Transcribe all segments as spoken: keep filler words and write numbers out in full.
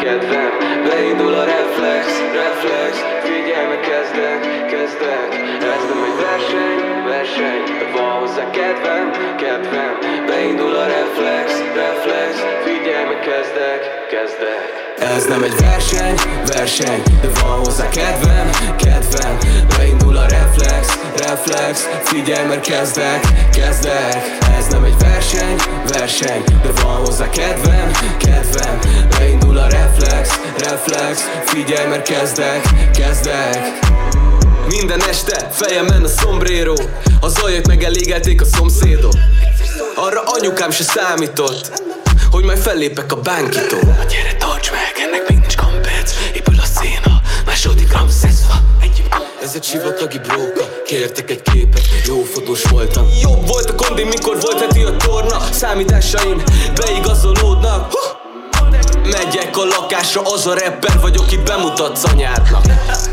kedvem, beindul a reflex, reflex, figyelme kezdek, kezdek. Ez nem egy verseny, verseny, de van hozzá kedvem, kedvem. Beindul a reflex, reflex, figyelme kezdek, kezdek. Ez nem egy verseny, verseny, de van hozzá kedvem, kedvem. Beindul a reflex, reflex, figyelj, mert kezdek, kezdek. Ez nem egy verseny, verseny, de van hozzá kedvem, kedvem. Beindul a reflex, reflex, figyelj, mert kezdek, kezdek. Minden este fejemen a sombrero, a zajok megelégelték a szomszédok. Arra anyukám se számított, hogy majd fellépek a bánkitól. Gyere, tarts meg, ennek még nincs kampec. Épül a széna, második Ramszeszva. Ez egy sivatagi bróka, kértek egy képet, jó fotós voltam. Jobb volt a kondi, mikor volt heti a torna. Számításaim beigazolódnak. Megyek a lakásra, az a rapper vagyok, itt bemutatsz anyádnak.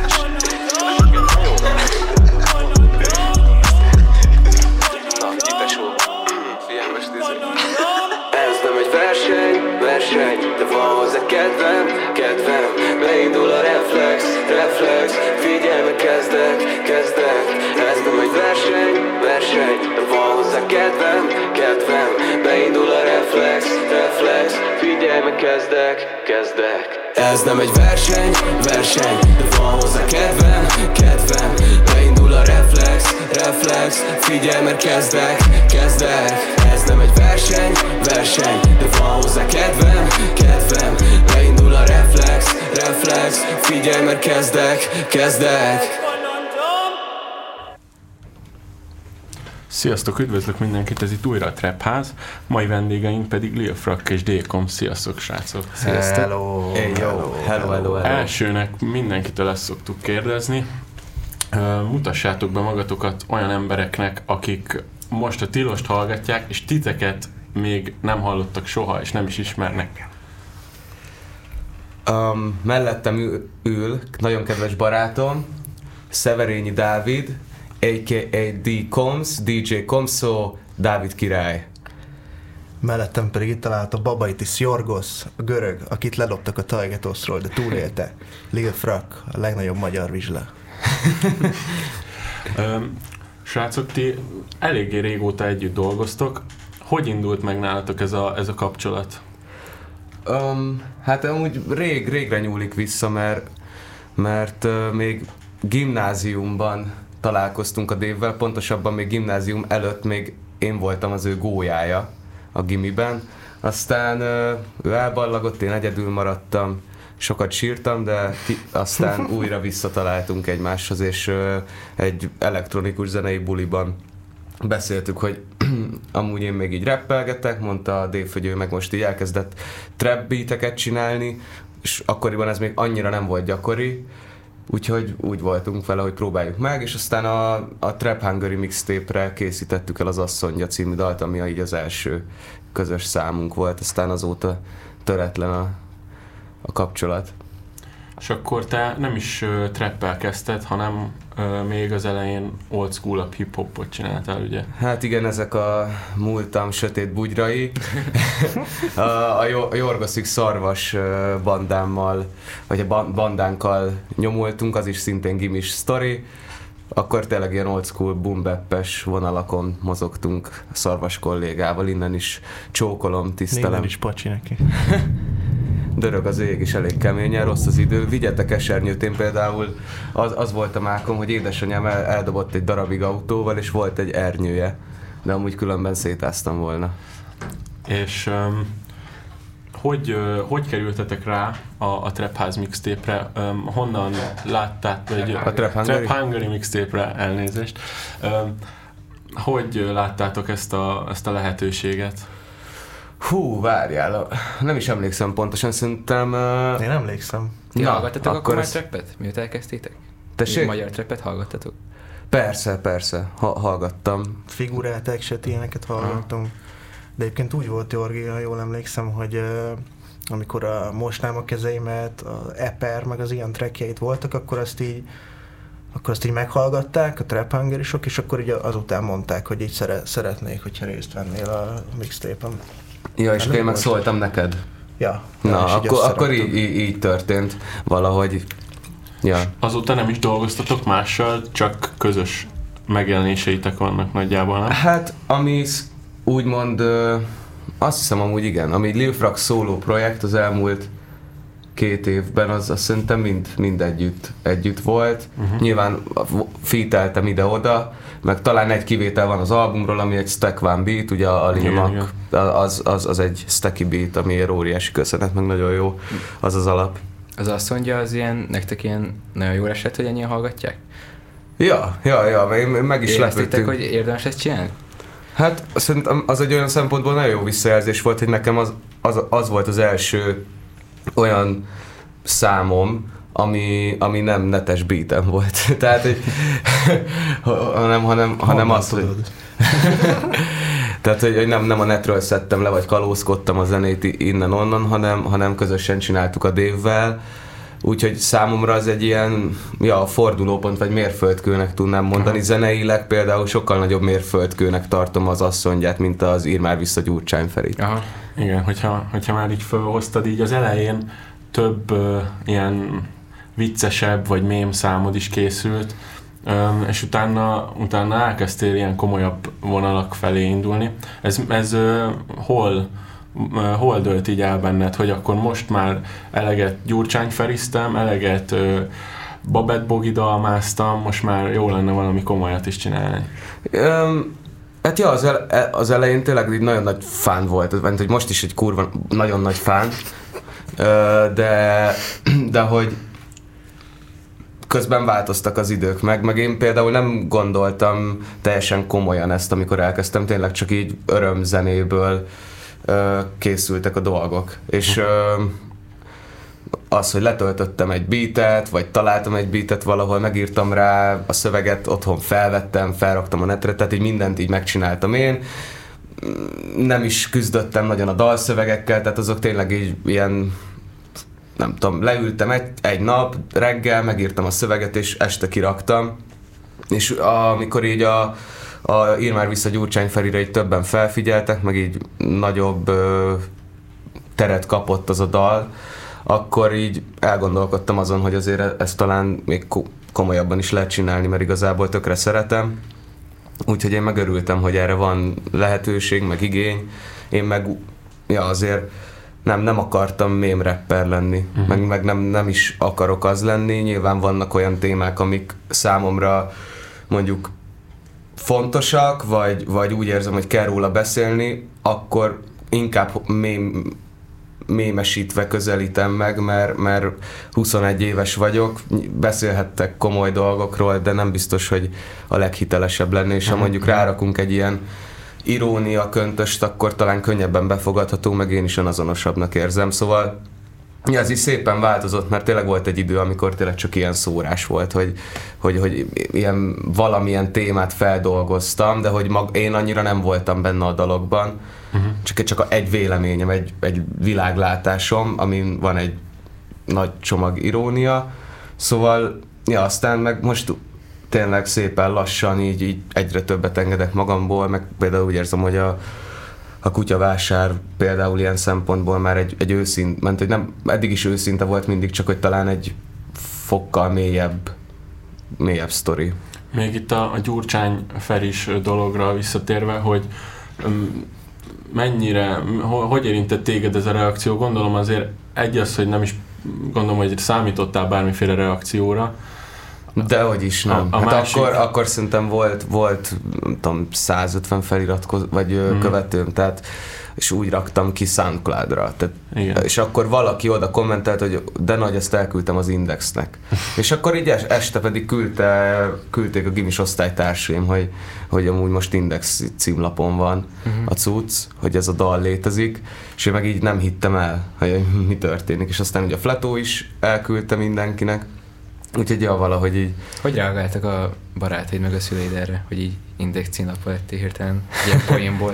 Verseny, de van hozzá kedvem, kedvem. Beindul a reflex, reflex, figyelme kezdek, kezdek. Ez nem egy verseny, verseny, de van hozzá kedvem, kedvem. Beindul a reflex, reflex, figyelme kezdek, kezdek. Ez nem egy verseny, verseny, de van hozzá kedvem, kedvem. Beindul a reflex, reflex, figyelj, mert kezdek, kezdek. Ez nem egy verseny, verseny, de van hozzá kedvem, kedvem. Beindul a reflex, reflex, figyelj, mert kezdek, kezdek. Sziasztok, üdvözlök mindenkit, ez itt újra a Trap Ház. Mai vendégeink pedig Lil Frak és D-Com. Sziasztok, srácok! Sziasztok! Hello! Hey, hello. Hello, hello, hello! Elsőnek mindenkitől ezt szoktuk kérdezni. Mutassátok be magatokat olyan embereknek, akik most a Tilost hallgatják, és titeket még nem hallottak soha, és nem is ismernek. Um, mellettem ül, ül nagyon kedves barátom, Szeverényi Dávid, á ká á D-Coms, dé dzsé Komszó, Dávid király. Mellettem pedig itt talált a Babaitis Jorgosz, a görög, akit leloptak a Tajgetoszról, de túlélte. Lil Frak, a legnagyobb magyar vizsla. um, Srácok, ti eléggé régóta együtt dolgoztok. Hogy indult meg nálatok ez a, ez a kapcsolat? Um, hát amúgy rég, régre nyúlik vissza, mert, mert uh, még gimnáziumban találkoztunk a Dévvel, pontosabban még gimnázium előtt még én voltam az ő gólyája a gimiben. Aztán uh, ő elballagott, én egyedül maradtam, sokat sírtam, de ki, aztán újra visszataláltunk egymáshoz, és uh, egy elektronikus zenei buliban beszéltük, hogy amúgy én még így rappelgetek, mondta a Dave, hogy ő meg most így elkezdett trap beateket csinálni, és akkoriban ez még annyira nem volt gyakori, úgyhogy úgy voltunk vele, hogy próbáljuk meg, és aztán a, a Trap Hungary mixtape-re készítettük el az Asszonyja című dalt, ami így az első közös számunk volt, aztán azóta töretlen a, a kapcsolat. És akkor te nem is uh, trappel kezdted, hanem uh, még az elején old school-abb hip-hopot csináltál, ugye? Hát igen, ezek a múltam sötét bugyrai. a, a Jorgoszik szarvas bandámmal, vagy a bandánkkal nyomultunk, az is szintén gimis sztori. Akkor tényleg ilyen old school boom bap-es vonalakon mozogtunk a szarvas kollégával, innen is csókolom, tisztelem. Innen is pacsi neki. Dörög az ég is elég keményen, rossz az idő. Vigyetek esernyőt, én például az, az volt a mákom, hogy édesanyám el, eldobott egy darabig autóval, és volt egy ernyője, de amúgy különben szétáztam volna. És um, hogy, uh, hogy kerültetek rá a, a Trap House mixtape-re? Um, honnan láttátok, vagy a Trap Hungary? Trap Hungary mixtape-re, elnézést. Um, hogy láttátok ezt a, ezt a lehetőséget? Hú, várjál, nem is emlékszem pontosan, szerintem... Uh... Én emlékszem. Ti hallgattatok akkor már trappet? Miért elkezdtétek? Tessék? Magyar trappet hallgattatok? Persze, persze, ha- hallgattam. Figurát, action, ilyeneket hallgattunk. De egyébként úgy volt, Jorgi, ha jól emlékszem, hogy uh, amikor a Mosnám a kezeimet, az Eper, meg az ilyen trackjeit voltak, akkor azt így akkor azt így meghallgatták a Trap Hungary-sok, és akkor így azután mondták, hogy így szere- szeretnék, hogyha részt vennél a mixtape-en. Ja, és akkor én meg szóltam neked. Ja. Na, akkor, akkor így, így, így történt valahogy. Ja. Azóta nem is dolgoztatok mással, csak közös megjelenéseitek vannak nagyjából, nem? Hát, ami úgymond, azt hiszem amúgy igen, ami Lil Frag szóló projekt az elmúlt két évben, az azt szerintem mind, mind együtt, együtt volt. Uh-huh. Nyilván feateltem ide-oda, meg talán egy kivétel van az albumról, ami egy Stack One beat, ugye a Lil Mac, az, az, az egy stacky beat, amiért óriási köszönet, meg nagyon jó, az az alap. Az azt mondja, az ilyen, nektek ilyen nagyon jól esett, hogy ennyien hallgatják? Ja, ja, ja, meg is lepődtünk. Hogy érdemes ezt csinálni? Hát szerintem az egy olyan szempontból nagyon jó visszajelzés volt, hogy nekem az, az, az volt az első olyan számom, ami, ami nem netes beatem volt. Tehát, hogy hanem, hanem, hanem azt, hogy... Tehát, hogy, hogy nem, nem a netről szedtem le, vagy kalózkodtam a zenét innen-onnan, hanem, hanem közösen csináltuk a Dave-vel. Úgyhogy számomra az egy ilyen ja, fordulópont, vagy mérföldkőnek tudnám mondani. Aha. Zeneileg például sokkal nagyobb mérföldkőnek tartom az asszonyját, mint az Ír már vissza Gyurcsány Ferit. Aha. Igen, hogyha, hogyha már így felhoztad, így az elején több uh, ilyen viccesebb vagy mém számod is készült, um, és utána, utána elkezdtél ilyen komolyabb vonalak felé indulni. Ez, ez uh, hol, uh, hol dölt így el benned, hogy akkor most már eleget Gyurcsány Feriztem, eleget uh, Babett Bogi dalmáztam, most már jó lenne valami komolyat is csinálni? Um, hát ja, az, ele, az elején tényleg egy nagyon nagy fán volt, mert hogy most is egy kurva nagyon nagy fán, de, de hogy közben változtak az idők meg, meg én például nem gondoltam teljesen komolyan ezt, amikor elkezdtem, tényleg csak így örömzenéből készültek a dolgok. És az, hogy letöltöttem egy beatet, vagy találtam egy beatet valahol, megírtam rá a szöveget, otthon felvettem, felraktam a netre, tehát így mindent így megcsináltam én. Nem is küzdöttem nagyon a dalszövegekkel, tehát azok tényleg így ilyen, nem tudom, leültem egy, egy nap, reggel, megírtam a szöveget, és este kiraktam. És amikor így a, a Ír már vissza Gyurcsány Ferire így többen felfigyeltek, meg így nagyobb ö, teret kapott az a dal, akkor így elgondolkodtam azon, hogy azért ezt talán még komolyabban is lehet csinálni, mert igazából tökre szeretem. Úgyhogy én megörültem, hogy erre van lehetőség, meg igény. Én meg ja, azért nem, nem akartam mém rapper lenni, uh-huh. meg, meg nem, nem is akarok az lenni. Nyilván vannak olyan témák, amik számomra mondjuk fontosak, vagy, vagy úgy érzem, hogy kell róla beszélni, akkor inkább mém, mémesítve közelítem meg, mert, mert huszonegy éves vagyok, beszélhettek komoly dolgokról, de nem biztos, hogy a leghitelesebb lenne, és ha mondjuk rárakunk egy ilyen irónia köntöst, akkor talán könnyebben befogadható, meg én is önazonosabbnak érzem, szóval ja, ez is szépen változott, mert tényleg volt egy idő, amikor tényleg csak ilyen szórás volt, hogy, hogy, hogy ilyen valamilyen témát feldolgoztam, de hogy mag, én annyira nem voltam benne a dalokban, uh-huh. csak, csak egy véleményem, egy, egy világlátásom, amin van egy nagy csomag irónia, szóval ja, aztán meg most tényleg szépen lassan így, így egyre többet engedek magamból, meg például úgy érzem, hogy a A kutyavásár például ilyen szempontból már egy, egy őszint, mert hogy nem, eddig is őszinte volt mindig, csak hogy talán egy fokkal mélyebb, mélyebb sztori. Még itt a, a Gyurcsány Feris dologra visszatérve, hogy um, mennyire, ho, hogy érintett téged ez a reakció? Gondolom azért egy az, hogy nem is gondolom, hogy számítottál bármiféle reakcióra. Dehogy is nem. A, a hát másik... akkor, akkor szerintem volt, volt nem tudom, százötven feliratkozó, vagy hmm. követőm, tehát és úgy raktam ki SoundCloud-ra. Tehát, és akkor valaki oda kommentelt, hogy de nagy, ezt elküldtem az Indexnek. És akkor így este pedig küldte, küldték a gimis osztálytársaim, hogy, hogy amúgy most Index címlapon van uh-huh. a cucc, hogy ez a dal létezik, és én meg így nem hittem el, hogy mi történik. És aztán ugye a Fletó is elküldte mindenkinek. Úgyhogy ja, valahogy így... Hogy reagáltak a barátaid meg a szüleid erre, hogy így Index címlapba lettél hirtelen ilyen poénból?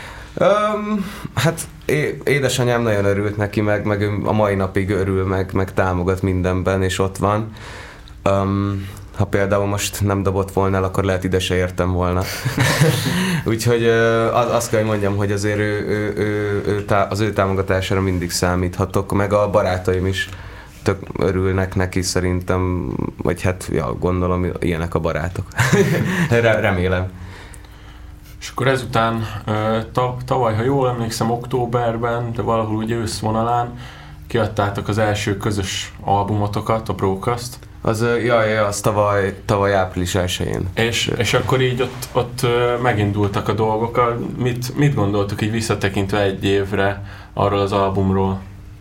um, hát é- édesanyám nagyon örült neki, meg, meg a mai napig örül, meg, meg támogat mindenben, és ott van. Um, ha például most nem dobott volna el, akkor lehet ide se értem volna. Úgyhogy az, azt kell, hogy mondjam, hogy azért ő, ő, ő, ő, tá, az ő támogatására mindig számíthatok, meg a barátaim is tök örülnek neki szerintem, vagy hát ja, gondolom, ilyenek a barátok. Remélem. És akkor ezután tavaly, ha jól emlékszem, októberben, de valahol ugye őszvonalán kiadtátok az első közös albumotokat, a Broadcast. Az, jaj, jaj, az tavaly, tavaly április elsején. És, és akkor így ott, ott megindultak a dolgok. Mit, mit gondoltok így visszatekintve egy évre arról az albumról?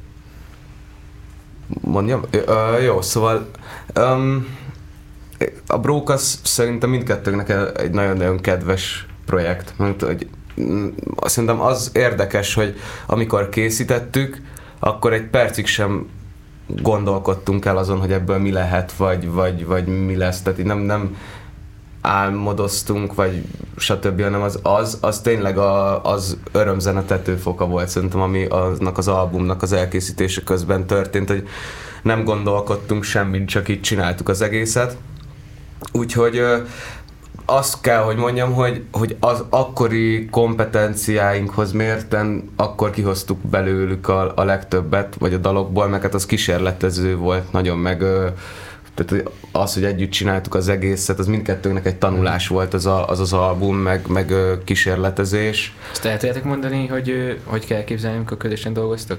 Mondjam? Ö, jó, szóval um, a Broadcast szerintem mindkettőnknek egy nagyon-nagyon kedves projekt. Mert, hogy, azt szerintem az érdekes, hogy amikor készítettük, akkor egy percig sem gondolkodtunk el azon, hogy ebből mi lehet, vagy, vagy, vagy mi lesz. Tehát így nem, nem álmodoztunk, vagy stb., hanem az, az, az tényleg a, az örömzene tetőfoka volt szerintem, ami aznak az albumnak az elkészítése közben történt, hogy nem gondolkodtunk semmit, csak így csináltuk az egészet. Úgyhogy azt kell, hogy mondjam, hogy, hogy az akkori kompetenciáinkhoz mérten akkor kihoztuk belőlük a, a legtöbbet, vagy a dalokból, meg hát az kísérletező volt nagyon, meg tehát az, hogy együtt csináltuk az egészet, az mindkettőnknek egy tanulás volt az a, az, az album, meg, meg kísérletezés. Azt el tudjátok mondani, hogy hogy kell képzelni, amikor közösen dolgoztok?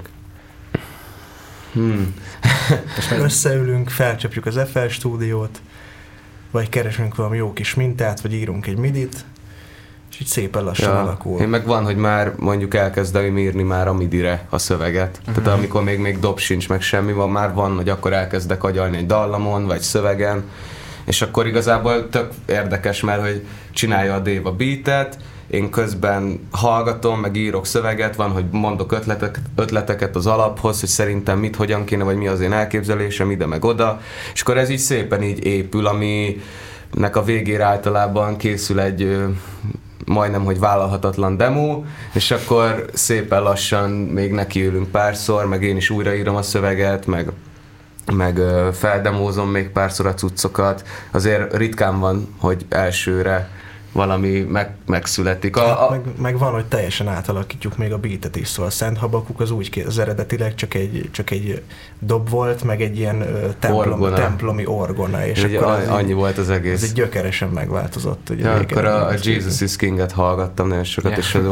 Hmm. Összeülünk, felcsapjuk az ef el stúdiót, vagy keresünk valami jó kis mintát, vagy írunk egy midit, és így szépen lassan ja, alakul. Én meg van, hogy már mondjuk elkezdem írni már a midire a szöveget. Uh-huh. Tehát amikor még, még dob sincs, meg semmi van, már van, hogy akkor elkezdek agyalni egy dallamon, vagy szövegen, és akkor igazából tök érdekes, mert hogy csinálja a Dave a beatet, én közben hallgatom, meg írok szöveget, van, hogy mondok ötletek, ötleteket az alaphoz, hogy szerintem mit, hogyan kéne, vagy mi az én elképzelésem, ide meg oda, és akkor ez így szépen így épül, aminek a végére általában készül egy majdnem, hogy vállalhatatlan demo, és akkor szépen lassan még nekiülünk párszor, meg én is újraírom a szöveget, meg, meg feldemózom még párszor a cuccokat. Azért ritkán van, hogy elsőre valami meg, megszületik. A, a... Meg, meg van, hogy teljesen átalakítjuk még a beatet is, szóval a Szent Habakuk az úgy, az eredetileg csak egy, csak egy dob volt, meg egy ilyen ö, templom, orgona. templomi orgona, és ugye akkor az annyi így, volt az egész. Ez egy gyökeresen megváltozott. Ugye, ja, akkor a, a Jesus is King-et hallgattam nagyon sokat, yeah. és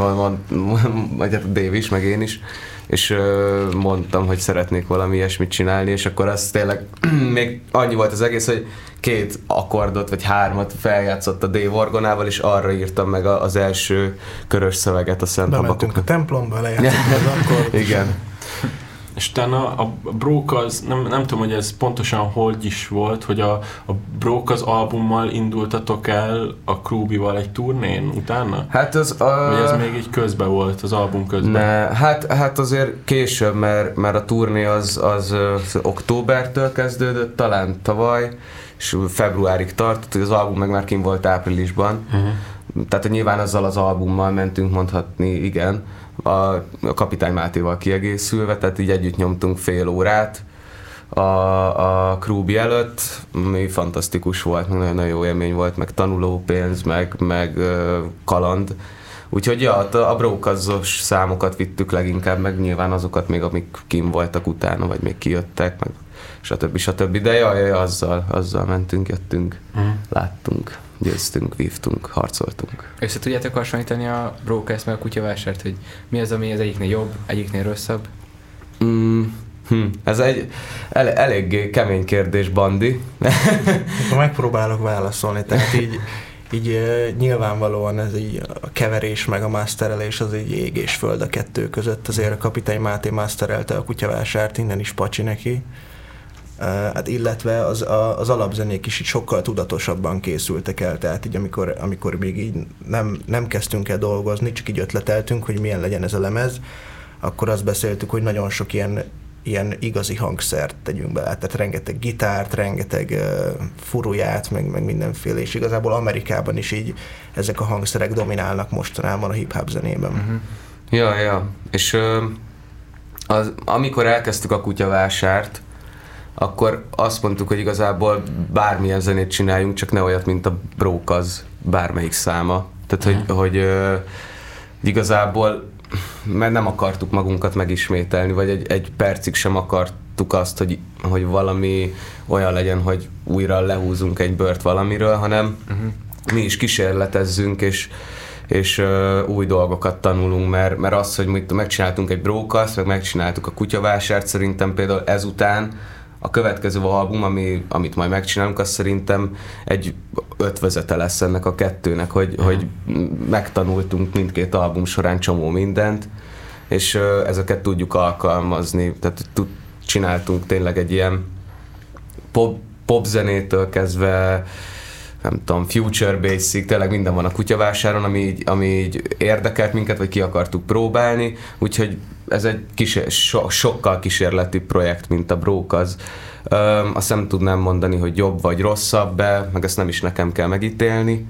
vagy hát Dave is, meg én is, és mondtam, hogy szeretnék valami ilyesmit csinálni, és akkor az tényleg még annyi volt az egész, hogy két akkordot, vagy hármat feljátszott a Dave orgonával, és arra írtam meg az első körös szöveget a Szent Habakuknak. Bementünk a templomba, lejátszottuk az akkordot. Igen. És utána a Broadcast, nem, nem tudom, hogy ez pontosan hogy is volt, hogy a, a Broadcast albummal indultatok el a Krúbival egy turnén utána? Hát az... A... Vagy ez még így közben volt, az album közben? Ne, hát, hát azért később, mert, mert a turné az, az, az októbertől kezdődött, talán tavaly, és februárig tartott, hogy az album meg már kint volt áprilisban. Uh-huh. Tehát nyilván azzal az albummal mentünk, mondhatni, igen, a, a Kapitány Mátéval kiegészülve, tehát így együtt nyomtunk fél órát a, a Krúbi előtt, ami fantasztikus volt, meg nagyon, nagyon jó élmény volt, meg tanulópénz, meg, meg uh, kaland. Úgyhogy ja, a Broadcast-os számokat vittük leginkább, meg nyilván azokat még, amik kim voltak utána, vagy még kijöttek, meg stb. stb. De jaj, jaj, azzal, azzal mentünk, jöttünk, uh-huh. láttunk, győztünk, vívtunk, harcoltunk. Össze tudjátok hasonlítani a Broadcast meg a Kutyavásárt, hogy mi az, ami az egyiknél jobb, egyiknél rosszabb? Mm, hm, ez egy el, eléggé kemény kérdés, Bandi. Megpróbálok válaszolni, tehát így, így nyilvánvalóan ez így a keverés meg a masterelés az egy ég és föld a kettő között. Azért a Kapitány Máté masterelte a Kutyavásárt, innen is pacsi neki. Uh, hát illetve az, a, az alapzenék is így sokkal tudatosabban készültek el, tehát így amikor, amikor még így nem, nem kezdtünk el dolgozni, csak így ötleteltünk, hogy milyen legyen ez a lemez, akkor azt beszéltük, hogy nagyon sok ilyen, ilyen igazi hangszert tegyünk bele, tehát rengeteg gitárt, rengeteg uh, furuját, meg, meg mindenféle, és igazából Amerikában is így ezek a hangszerek dominálnak mostanában a hip-hop zenében. Uh-huh. Ja, ja, és uh, az, amikor elkezdtük a Kutyavásárt, akkor azt mondtuk, hogy igazából bármilyen zenét csináljunk, csak ne olyat, mint a Broke az bármelyik száma. Tehát, hogy, uh-huh. hogy ö, igazából mert nem akartuk magunkat megismételni, vagy egy, egy percig sem akartuk azt, hogy, hogy valami olyan legyen, hogy újra lehúzunk egy bört valamiről, hanem uh-huh. mi is kísérletezzünk, és, és uh, új dolgokat tanulunk, mert, mert az, hogy mi megcsináltunk egy Broke-azt, meg megcsináltuk a Kutyavásárt, szerintem például ezután a következő album, ami, amit majd megcsinálunk, az szerintem egy ötvözete lesz ennek a kettőnek, hogy, uh-huh. hogy megtanultunk mindkét album során csomó mindent, és uh, ezeket tudjuk alkalmazni. Tehát tud, csináltunk tényleg egy ilyen pop, popzenétől kezdve, nem tudom, future basic, tényleg minden van a Kutyavásáron, ami így, ami így érdekelt minket, vagy ki akartuk próbálni, úgyhogy ez egy kísér, so, sokkal kísérleti projekt, mint a Broke az. Öm, azt nem tudnám mondani, hogy jobb vagy rosszabb be, meg ezt nem is nekem kell megítélni,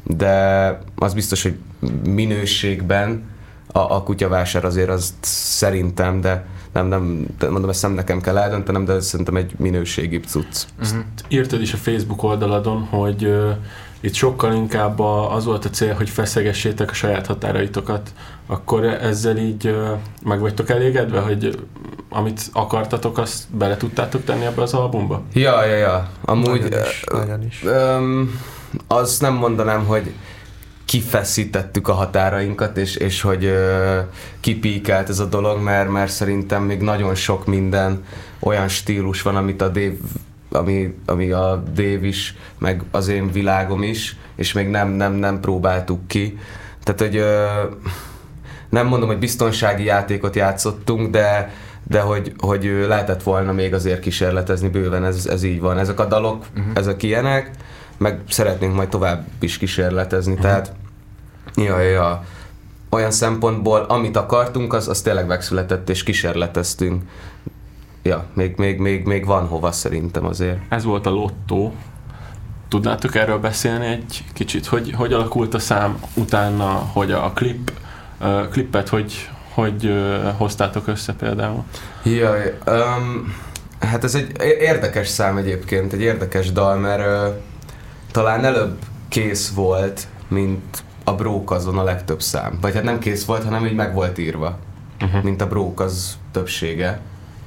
de az biztos, hogy minőségben a, a Kutyavásár azért az szerintem, de nem, nem, mondom, ezt nem nekem kell eldöntenem, de szerintem egy minőségibb cucc. Uh-huh. Írtad is a Facebook oldaladon, hogy uh, itt sokkal inkább a, az volt a cél, hogy feszegessétek a saját határaitokat. Akkor ezzel így uh, meg vagytok elégedve, hogy amit akartatok, azt bele tudtátok tenni ebbe az albumba? Ja, ja, ja. Amúgy nagyon is, uh, nagyon is. Um, azt nem mondanám, hogy kifeszítettük a határainkat, és, és hogy uh, kipíkelt ez a dolog, mert, mert szerintem még nagyon sok minden olyan stílus van, amit a Dave, ami, ami a Dave is, meg az én világom is, és még nem, nem, nem próbáltuk ki. Tehát, hogy uh, nem mondom, hogy biztonsági játékot játszottunk, de, de hogy, hogy lehetett volna még azért kísérletezni bőven, ez, ez így van. Ezek a dalok, uh-huh. ezek ilyenek, meg szeretnénk majd tovább is kísérletezni, uh-huh. tehát ja, ja, olyan szempontból, amit akartunk, az, az tényleg megszületett, és kísérleteztünk. Ja, még, még, még, még van hova szerintem azért. Ez volt a Lottó. Tudnátok erről beszélni egy kicsit? Hogy, hogy alakult a szám utána, hogy a klip, uh, klippet hogy, hogy uh, hoztátok össze például? Jaj, um, hát ez egy érdekes szám egyébként, egy érdekes dal, mert uh, talán előbb kész volt, mint a Broke azon a legtöbb szám. Vagy hát nem kész volt, hanem így meg volt írva, uh-huh. mint a Broke az többsége.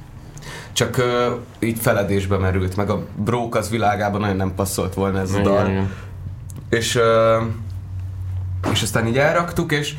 Csak uh, így feledésbe merült, meg a Broke az világában nagyon nem passzolt volna ez a igen, dal. igen. És, uh, és aztán így elraktuk, és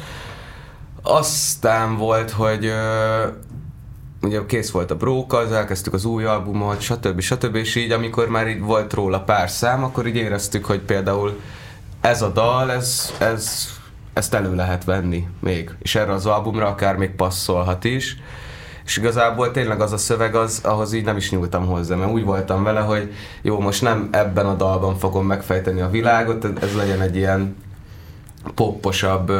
aztán volt, hogy uh, ugye kész volt a Broke, az elkezdtük az új albumot, stb. stb. És így amikor már így volt róla pár szám, akkor így éreztük, hogy például ez a dal, ez, ez, ezt elő lehet venni még. És erre az albumra akár még passzolhat is. És igazából tényleg az a szöveg, az, ahhoz így nem is nyúltam hozzá, mert úgy voltam vele, hogy jó, most nem ebben a dalban fogom megfejteni a világot, ez legyen egy ilyen popposabb,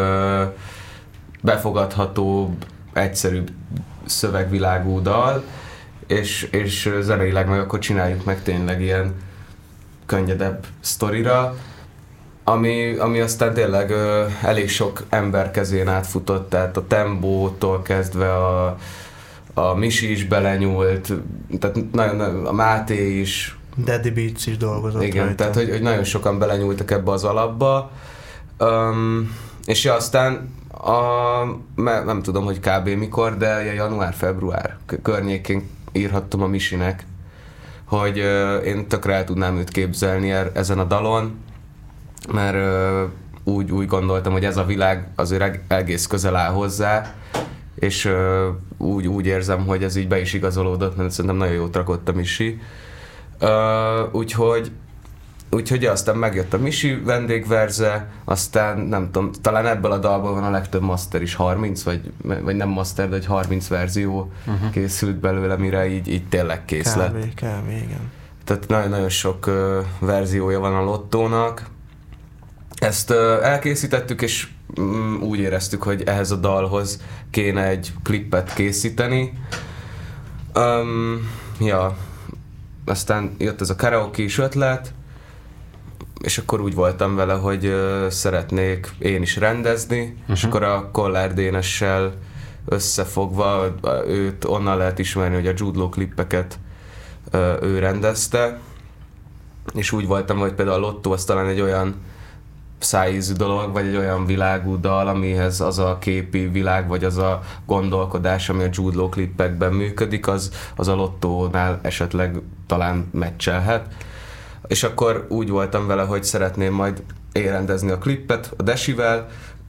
befogadhatóbb, egyszerűbb szövegvilágú dal, és, és zeneileg meg akkor csináljuk meg tényleg ilyen könnyedebb sztorira, ami, ami aztán tényleg ö, elég sok ember kezén átfutott, tehát a Tembótól kezdve a, a Misi is belenyúlt, tehát nagyon, a Máté is. Daddy Beats is dolgozott igen, rajta. tehát hogy, hogy nagyon sokan belenyúltak ebbe az alapba. Um, és ja, aztán a, nem tudom, hogy kb. Mikor, de január-február környékén írhattam a Misinek, hogy uh, én tökre el tudnám őt képzelni er, ezen a dalon, mert uh, úgy, úgy gondoltam, hogy ez a világ azért egész közel áll hozzá, és uh, úgy, úgy érzem, hogy ez így be is igazolódott, mert szerintem nagyon jót rakott a Misi. Uh, úgyhogy Úgyhogy aztán megjött a Misi vendégverze, aztán nem tudom, talán ebből a dalból van a legtöbb master is, harminc, vagy, vagy nem master, de egy harminc verzió uh-huh. készült belőle, mire így, így tényleg kész lett. Kb, kb, igen. Tehát nagyon-nagyon sok uh, verziója van a Lottónak. Ezt uh, elkészítettük, és um, úgy éreztük, hogy ehhez a dalhoz kéne egy klippet készíteni. Um, ja, aztán jött ez a karaoke-s ötlet, és akkor úgy voltam vele, hogy uh, szeretnék én is rendezni, uh-huh. és akkor a Kollár Dénessel összefogva, őt onnan lehet ismerni, hogy a Jude Law klippeket ő rendezte, és úgy voltam, hogy például a Lottó az talán egy olyan szájízű dolog, vagy egy olyan világú dal, amihez az a képi világ, vagy az a gondolkodás, ami a Jude Law klippekben működik, az, az a Lottónál esetleg talán meccselhet. És akkor úgy voltam vele, hogy szeretném majd érendezni a klippet a Desivel,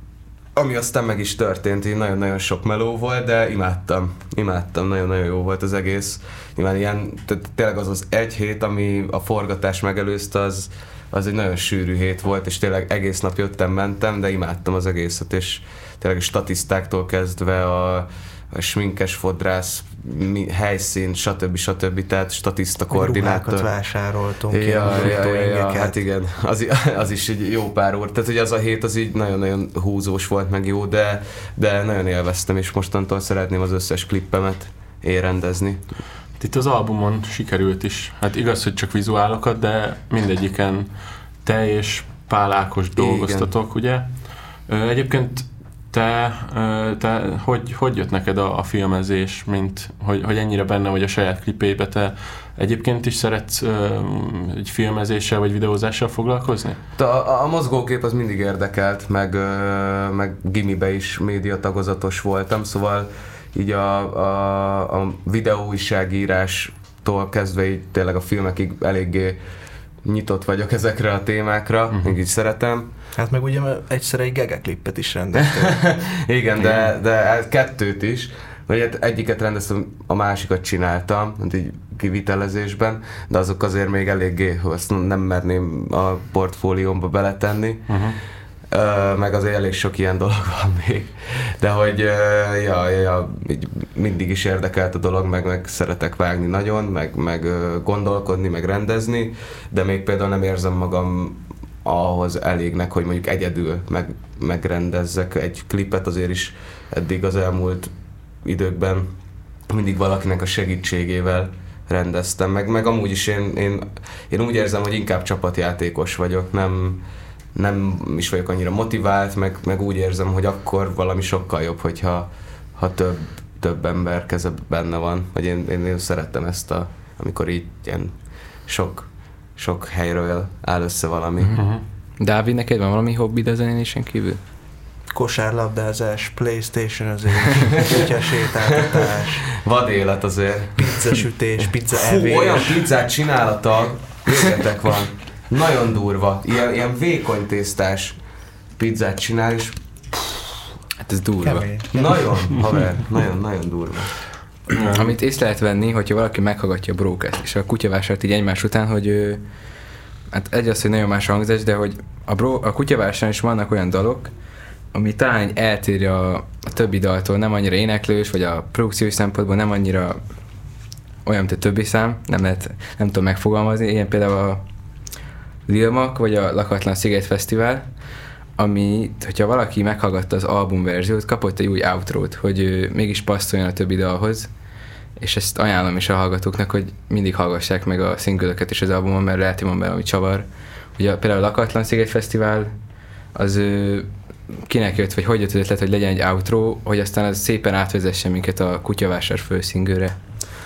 ami aztán meg is történt, így nagyon-nagyon sok meló volt, de imádtam, imádtam, nagyon-nagyon jó volt az egész. Nyilván ilyen, tehát tényleg az az egy hét, ami a forgatás megelőzte, az, az egy nagyon sűrű hét volt, és tényleg egész nap jöttem, mentem, de imádtam az egészet, és tényleg a statisztáktól kezdve a, a sminkes fodrász, mi, helyszín, stb. stb. Tehát statiszta koordinátor. Ruhákat vásároltunk, ja, ilyen ja, ja, ja, hát igen, az, az is egy jó pár óra. Tehát, hogy az a hét az így nagyon-nagyon húzós volt, meg jó, de, de nagyon élveztem, és mostantól szeretném az összes klippemet érendezni. Itt az albumon sikerült is. Hát igaz, hogy csak vizuálokat, de mindegyiken te és Pál Ákos dolgoztatok, ugye? Egyébként te, te hogy, hogy jött neked a, a filmezés, mint hogy, hogy ennyire benne vagy a saját klipébe? Te egyébként is szeretsz egy filmezéssel vagy videózással foglalkozni? A, a, a mozgókép az mindig érdekelt, meg, meg gimibe is médiatagozatos voltam, szóval így a, a, a videóújságírástól kezdve így tényleg a filmekig eléggé nyitott vagyok ezekre a témákra, uh-huh. Még így szeretem. Hát meg ugye egyszer egy Gaga klippet is rendeztem. Igen, de, de kettőt is. Vagy egyiket rendeztem, a másikat csináltam, így kivitelezésben, de azok azért még eléggé, azt nem merném a portfóliómba beletenni. Uh-huh. Uh, meg azért elég sok ilyen dolog van még, de hogy uh, ja, ja, így mindig is érdekelt a dolog, meg, meg szeretek vágni nagyon, meg, meg uh, gondolkodni, meg rendezni, de még például nem érzem magam ahhoz elégnek, hogy mondjuk egyedül meg, megrendezzek egy klipet, azért is eddig az elmúlt időkben mindig valakinek a segítségével rendeztem, meg, meg amúgy is én, én, én úgy érzem, hogy inkább csapatjátékos vagyok, nem nem is vagyok annyira motivált, meg, meg úgy érzem, hogy akkor valami sokkal jobb, hogyha ha több, több ember keze benne van. Vagy én, én, én szerettem ezt, a, amikor így ilyen sok, sok helyről áll össze valami. Uh-huh. Dávid, neked van valami hobbid a zenélésen kívül? Kosárlabdázás, PlayStation azért, kutyasétáltatás. Vad élet azért. Pizzasütés, pizzaevés. Fú, olyan pizzát csinál a tag, végetek van. Nagyon durva, ilyen, ilyen vékony tésztás pizzát csinál, és hát ez durva. Kemény. Nagyon, haver, nagyon, nagyon durva. Amit észre lehet venni, hogyha valaki meghallgatja a Brókest és a Kutyavásárt így egymás után, hogy ő, hát egy az, hogy nagyon más hangzás, de hogy a, Bró, a Kutyavásárn is vannak olyan dalok, ami talán eltér a, a többi daltól, nem annyira éneklős, vagy a produkciós szempontból nem annyira olyan, mint a többi szám, nem lehet, nem tudom megfogalmazni, ilyen például a Lil Mac, vagy a Lakatlan Sziget Fesztivál, ami, hogyha valaki meghallgatta az albumverziót, kapott egy új outrót, hogy mégis passzoljon a többi dalhoz, és ezt ajánlom is a hallgatóknak, hogy mindig hallgassák meg a szingölöket is az albumon, mert lehet, hogy van valami csavar. Ugye például a Lakatlan Sziget Fesztivál, az kinek jött, vagy hogy jött az ötlet, hogy legyen egy outro, hogy aztán az szépen átvezesse minket a Kutyavásár főszingőre?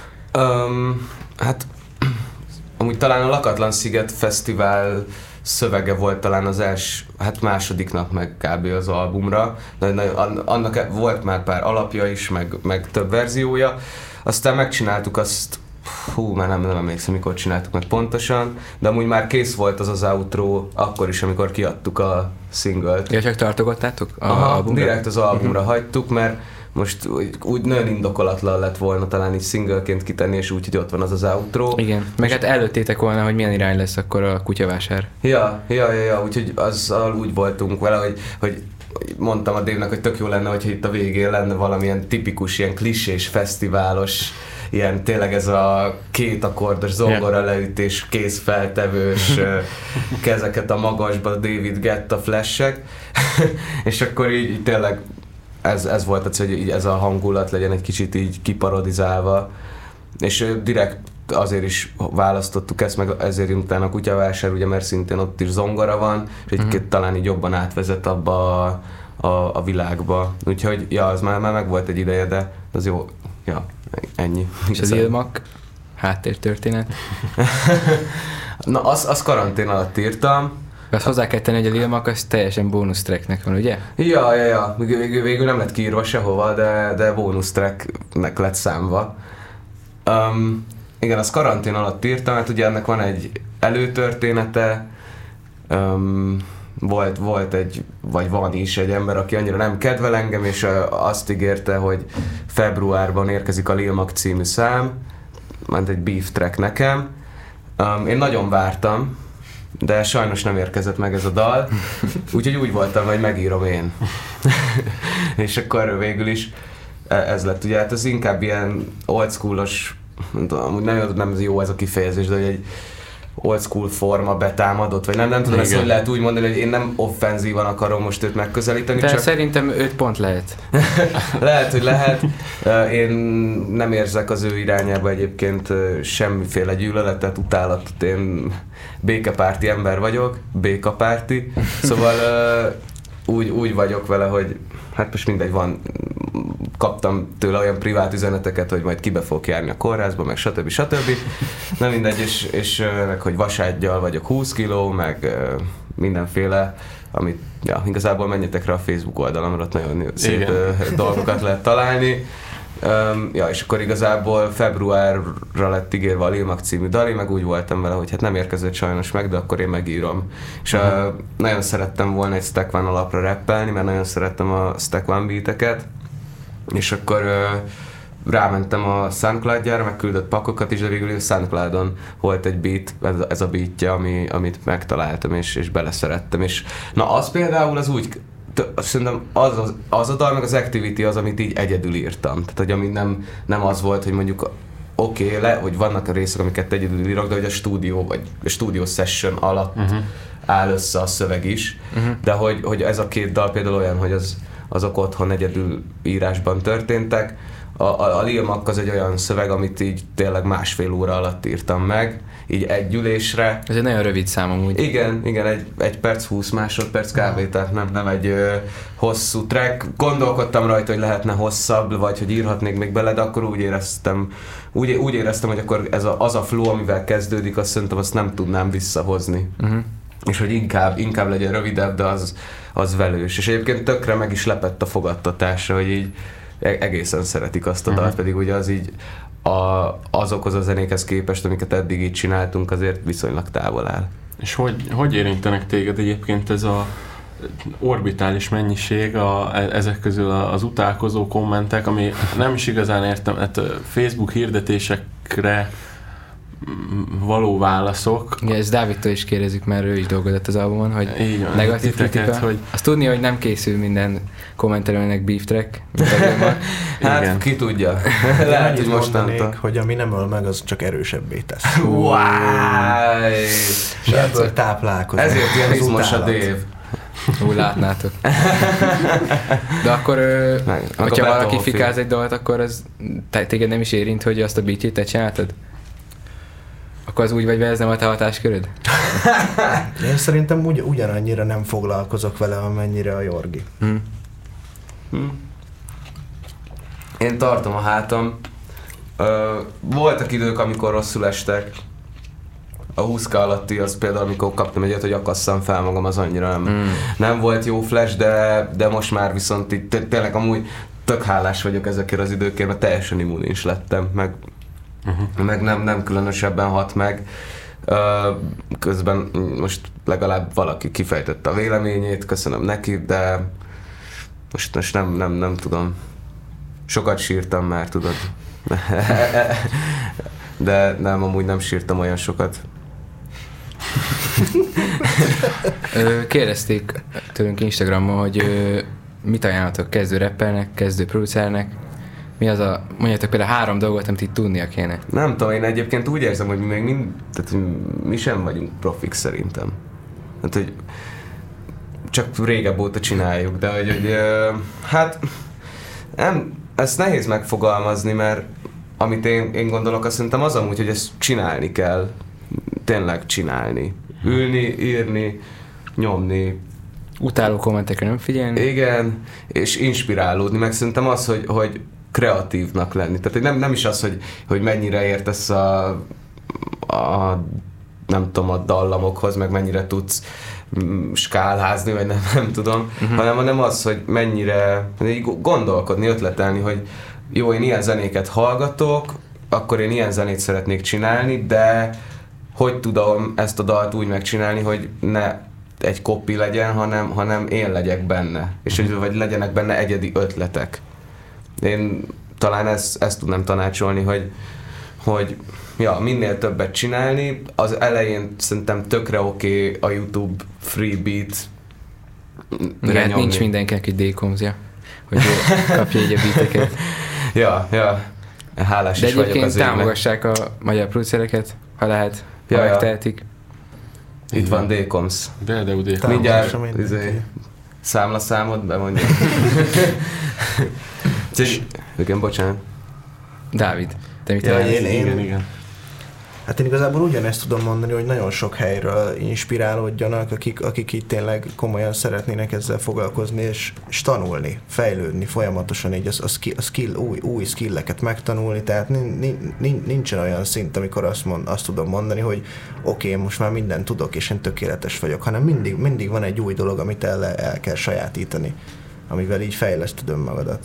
Um, hát amúgy talán a Lakatlan Sziget Fesztivál szövege volt talán az első, hát másodiknak meg kb. Az albumra. Annak volt már pár alapja is, meg, meg több verziója. Aztán megcsináltuk azt, hú, már nem, nem emlékszem, mikor csináltuk meg pontosan, de amúgy már kész volt az az outro akkor is, amikor kiadtuk a singlet. Ja, csak tartogattátok a Aha, albumra? Direkt az albumra uh-huh. hagytuk, mert most úgy, úgy nagyon indokolatlan lett volna talán így singleként kitenni, és úgy, hogy ott van az az outro. Igen, meg hát előttétek volna, hogy milyen irány lesz akkor a Kutyavásár. Ja, ja, ja, ja, úgyhogy azzal úgy voltunk vele, hogy, hogy mondtam a Dave-nek, hogy tök jó lenne, hogyha itt a végén lenne valamilyen tipikus, ilyen klisés, fesztiválos, ilyen tényleg ez a két akkordos zongora leütés, kézfeltevős, kezeket a magasba, David Guetta flashek, és akkor így, így tényleg Ez, ez volt az, hogy így ez a hangulat legyen egy kicsit így kiparodizálva, és direkt azért is választottuk ezt, meg ezért jön utána a Kutyavásár, ugye, mert szintén ott is zongora van, és egy mm-hmm. talán így jobban átvezet abba a, a, a világba. Úgyhogy ja, az már, már meg volt egy ideje, de az jó, ja, ennyi. És az Lil Mac? háttértörténet. Na, azt az karantén alatt írtam. Azt hozzá kell tenni, hogy a Lil Mac az teljesen bónusz tracknek van, ugye? Ja, ja, ja. Végül, végül nem lett kiírva sehova, de, de bónusz tracknek lett számva. Um, igen, az karantén alatt írtam, mert ugye ennek van egy előtörténete, um, volt, volt egy, vagy van is egy ember, aki annyira nem kedvel engem, és uh, azt ígérte, hogy februárban érkezik a Lil Mac című szám, ment egy beef track nekem. Um, én nagyon vártam, de sajnos nem érkezett meg ez a dal, úgyhogy úgy voltam, hogy megírom én. És akkor végül is ez lett. Ugye hát ez inkább ilyen old schoolos, nem tudom, nem, nem jó ez a kifejezés, de hogy egy old school forma betámadott, vagy nem, nem tudom ezt, hogy lehet úgy mondani, hogy én nem offenzívan akarom most őt megközelíteni. De csak szerintem öt pont lehet. Lehet, hogy lehet. Én nem érzek az ő irányába egyébként semmiféle gyűlöletet, utálatot. Én békepárti ember vagyok, békapárti. Szóval úgy, úgy vagyok vele, hogy hát most mindegy, van, kaptam tőle olyan privát üzeneteket, hogy majd kibe fogok járni a kórházba, meg stb. stb. Nem mindegy, és, és meg hogy vasárgyal vagyok húsz kiló, meg mindenféle, amit, ja, igazából menjetek rá a Facebook oldalamra, ott nagyon szép Igen. dolgokat lehet találni. Um, ja, és akkor igazából februárra lett ígérve a Lil Mac című dal, meg úgy voltam vele, hogy hát nem érkezett sajnos meg, de akkor én megírom. És uh-huh. uh, nagyon szerettem volna egy Stack One alapra rappelni, mert nagyon szerettem a Stack One beateket, és akkor uh, rámentem a SoundCloud-jára, megküldött pakokat is, de végül a SoundCloud-on volt egy beat, ez, ez a beatje, ami, amit megtaláltam, és, és beleszerettem. És na az például az úgy, szerintem az, az, az a dal, meg az Activity az, amit így egyedül írtam. Tehát, hogy ami nem, nem az volt, hogy mondjuk oké, okay, le, hogy vannak a részek, amiket egyedül írok, de hogy a stúdió, vagy a stúdió session alatt uh-huh. áll össze a szöveg is. Uh-huh. De hogy, hogy ez a két dal például olyan, hogy az, azok otthon egyedül írásban történtek. A, a, a Lil Mac az egy olyan szöveg, amit így tényleg másfél óra alatt írtam meg, így egy ülésre. Ez egy nagyon rövid szám amúgy. Igen, igen, egy, egy perc, húsz másodperc kb. Tehát nem, nem egy ö, hosszú track. Gondolkodtam rajta, hogy lehetne hosszabb, vagy hogy írhatnék még bele, de akkor úgy éreztem, úgy, úgy éreztem, hogy akkor ez a, az a flow, amivel kezdődik, azt szerintem azt nem tudnám visszahozni. Uh-huh. És hogy inkább, inkább legyen rövidebb, de az, az velős. És egyébként tökre meg is lepett a fogadtatásra, hogy így egészen szeretik azt a dalt, uh-huh. pedig ugye az így a, azokhoz a zenékhez képest, amiket eddig így csináltunk, azért viszonylag távol áll. És hogy, hogy érintenek téged egyébként ez a orbitális mennyiség, a, ezek közül az utálkozó kommentek, ami nem is igazán értem, hát Facebook hirdetésekre való válaszok. Igen, ezt Dávidtól is kérdezzük, mert ő is dolgozott az albumon, hogy van, negatív kritika. Hogy... Azt tudni, hogy nem készül minden kommentelőnek beef track, mint a Hát igen. Ki tudja. Lehet, hogy mostantól. Hogy ami nem öl meg, az csak erősebbé tesz. Wow. És ebből táplálkozik. Ezért ilyen izmos a Dave. Úgy látnátok. De akkor, Meg, hogyha akkor valaki fikáz egy dalt, akkor az téged nem is érint, hogy azt a beatjét te csináltad? Akkor az úgy vagy vele, ez nem a te hatásköröd? Én szerintem ugy, ugyanannyira nem foglalkozok vele, amennyire a Jorgi. Hmm. Hmm. Én tartom a hátam. Ö, voltak idők, amikor rosszul estek. A húsz alatti az például, amikor kaptam egyet, hogy akasszam fel magam, az annyira nem, hmm. nem volt jó flash, de, de most már viszont itt tényleg amúgy tök hálás vagyok ezekért az időkért, mert teljesen immunis lettem, meg Uh-huh. meg nem, nem különösebben hat meg. Uh, közben most legalább valaki kifejtette a véleményét, köszönöm neki, de most, most nem, nem, nem tudom. Sokat sírtam már, tudod. De nem, amúgy nem sírtam olyan sokat. Kérdezték tőlünk Instagramon, hogy mit ajánlatok kezdő rappernek, kezdő producernek. Mi az a, mondjátok például három dolgot, amit itt tudnia kéne? Nem tudom, én egyébként úgy érzem, hogy mi még mind, tehát mi sem vagyunk profik szerintem. Hát, hogy csak régebb óta csináljuk, de hogy, hogy hát nem, ezt nehéz megfogalmazni, mert amit én, én gondolok, azt szerintem az amúgy, hogy ezt csinálni kell, tényleg csinálni. Ülni, írni, nyomni. Utáló kommentekre nem figyelni. Igen, és inspirálódni, meg szerintem az, hogy, hogy kreatívnak lenni. Tehát nem, nem is az, hogy, hogy mennyire értesz a, a nem tudom, a dallamokhoz, meg mennyire tudsz skálházni, vagy nem, nem tudom, uh-huh. hanem, hanem az, hogy mennyire gondolkodni, ötletelni, hogy jó, én ilyen zenéket hallgatok, akkor én ilyen zenét szeretnék csinálni, de hogy tudom ezt a dalt úgy megcsinálni, hogy ne egy copy legyen, hanem, hanem én legyek benne, és hogy vagy legyenek benne egyedi ötletek. Én talán ezt, ezt tudnám tanácsolni, hogy, hogy ja, minél többet csinálni. Az elején szerintem tökre oké okay a YouTube freebeat. Igen, nincs mindenkinek egy D-komzja, hogy kapja így a beateket. Ja, ja. Hálás de is vagyok az egyébként égnek. támogassák a magyar producereket, ha lehet, ha ja, megtehetik. Ja. Itt van D-Coms. Például D-Coms. Mindjárt izé, számlaszámot bemondja. Igen, bocsánat. Dávid, te mit ja, én, én, én, igen, igen. Hát én igazából ugyanezt tudom mondani, hogy nagyon sok helyről inspirálódjanak, akik, akik itt tényleg komolyan szeretnének ezzel foglalkozni, és, és tanulni, fejlődni folyamatosan, így a, a, skill, a skill, új, új skilleket megtanulni, tehát nincsen olyan szint, amikor azt, mond, azt tudom mondani, hogy oké, okay, most már mindent tudok, és én tökéletes vagyok, hanem mindig, mindig van egy új dolog, amit el, el kell sajátítani, amivel így fejleszted önmagadat.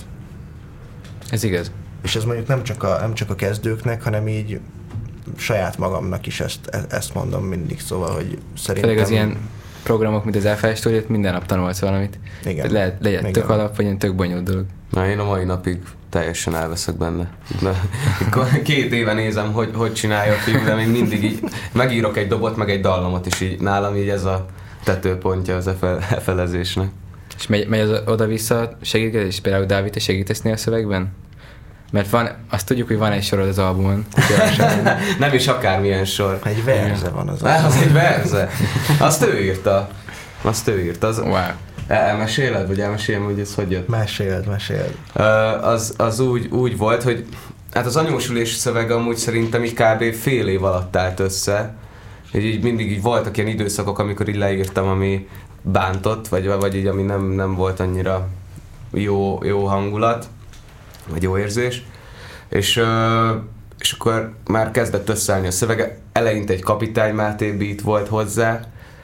Ez igaz. És ez mondjuk nem csak a, nem csak a kezdőknek, hanem így saját magamnak is ezt, ezt mondom mindig, szóval, hogy szerintem... Főleg az ilyen programok, mint az Elfáj Story-t, minden nap tanulsz valamit. Igen. Lehet, legyen Igen. tök alap, vagy ilyen tök bonyolult dolog. Na, én a mai napig teljesen elveszek benne. De két éve nézem, hogy, hogy csinálja a fiú, de még mindig így megírok egy dobot, meg egy dallamot, és így nálam így ez a tetőpontja az efelezésnek. És megy, megy az oda-vissza segítkezés? Például Dávid, te segítesz néha a szövegben? Mert van, azt tudjuk, hogy van egy sorod az albumon. Nem is akármilyen sor. Egy verze van az albumon. Az egy verze. Azt ő írta. Azt ő írta. Az... Wow. Elmeséled, vagy elmeséljem, hogy ez hogy jött? Meséled, meséled. Uh, az az úgy, úgy volt, hogy hát az anyósülés szövege amúgy szerintem így kb. Fél év alatt állt össze. Így, így mindig így voltak ilyen időszakok, amikor így leírtam, ami bántott, vagy, vagy így ami nem, nem volt annyira jó, jó hangulat, vagy jó érzés. És, uh, és akkor már kezdett összeállni a szövege. Eleinte egy Kapitány Máté beat volt hozzá,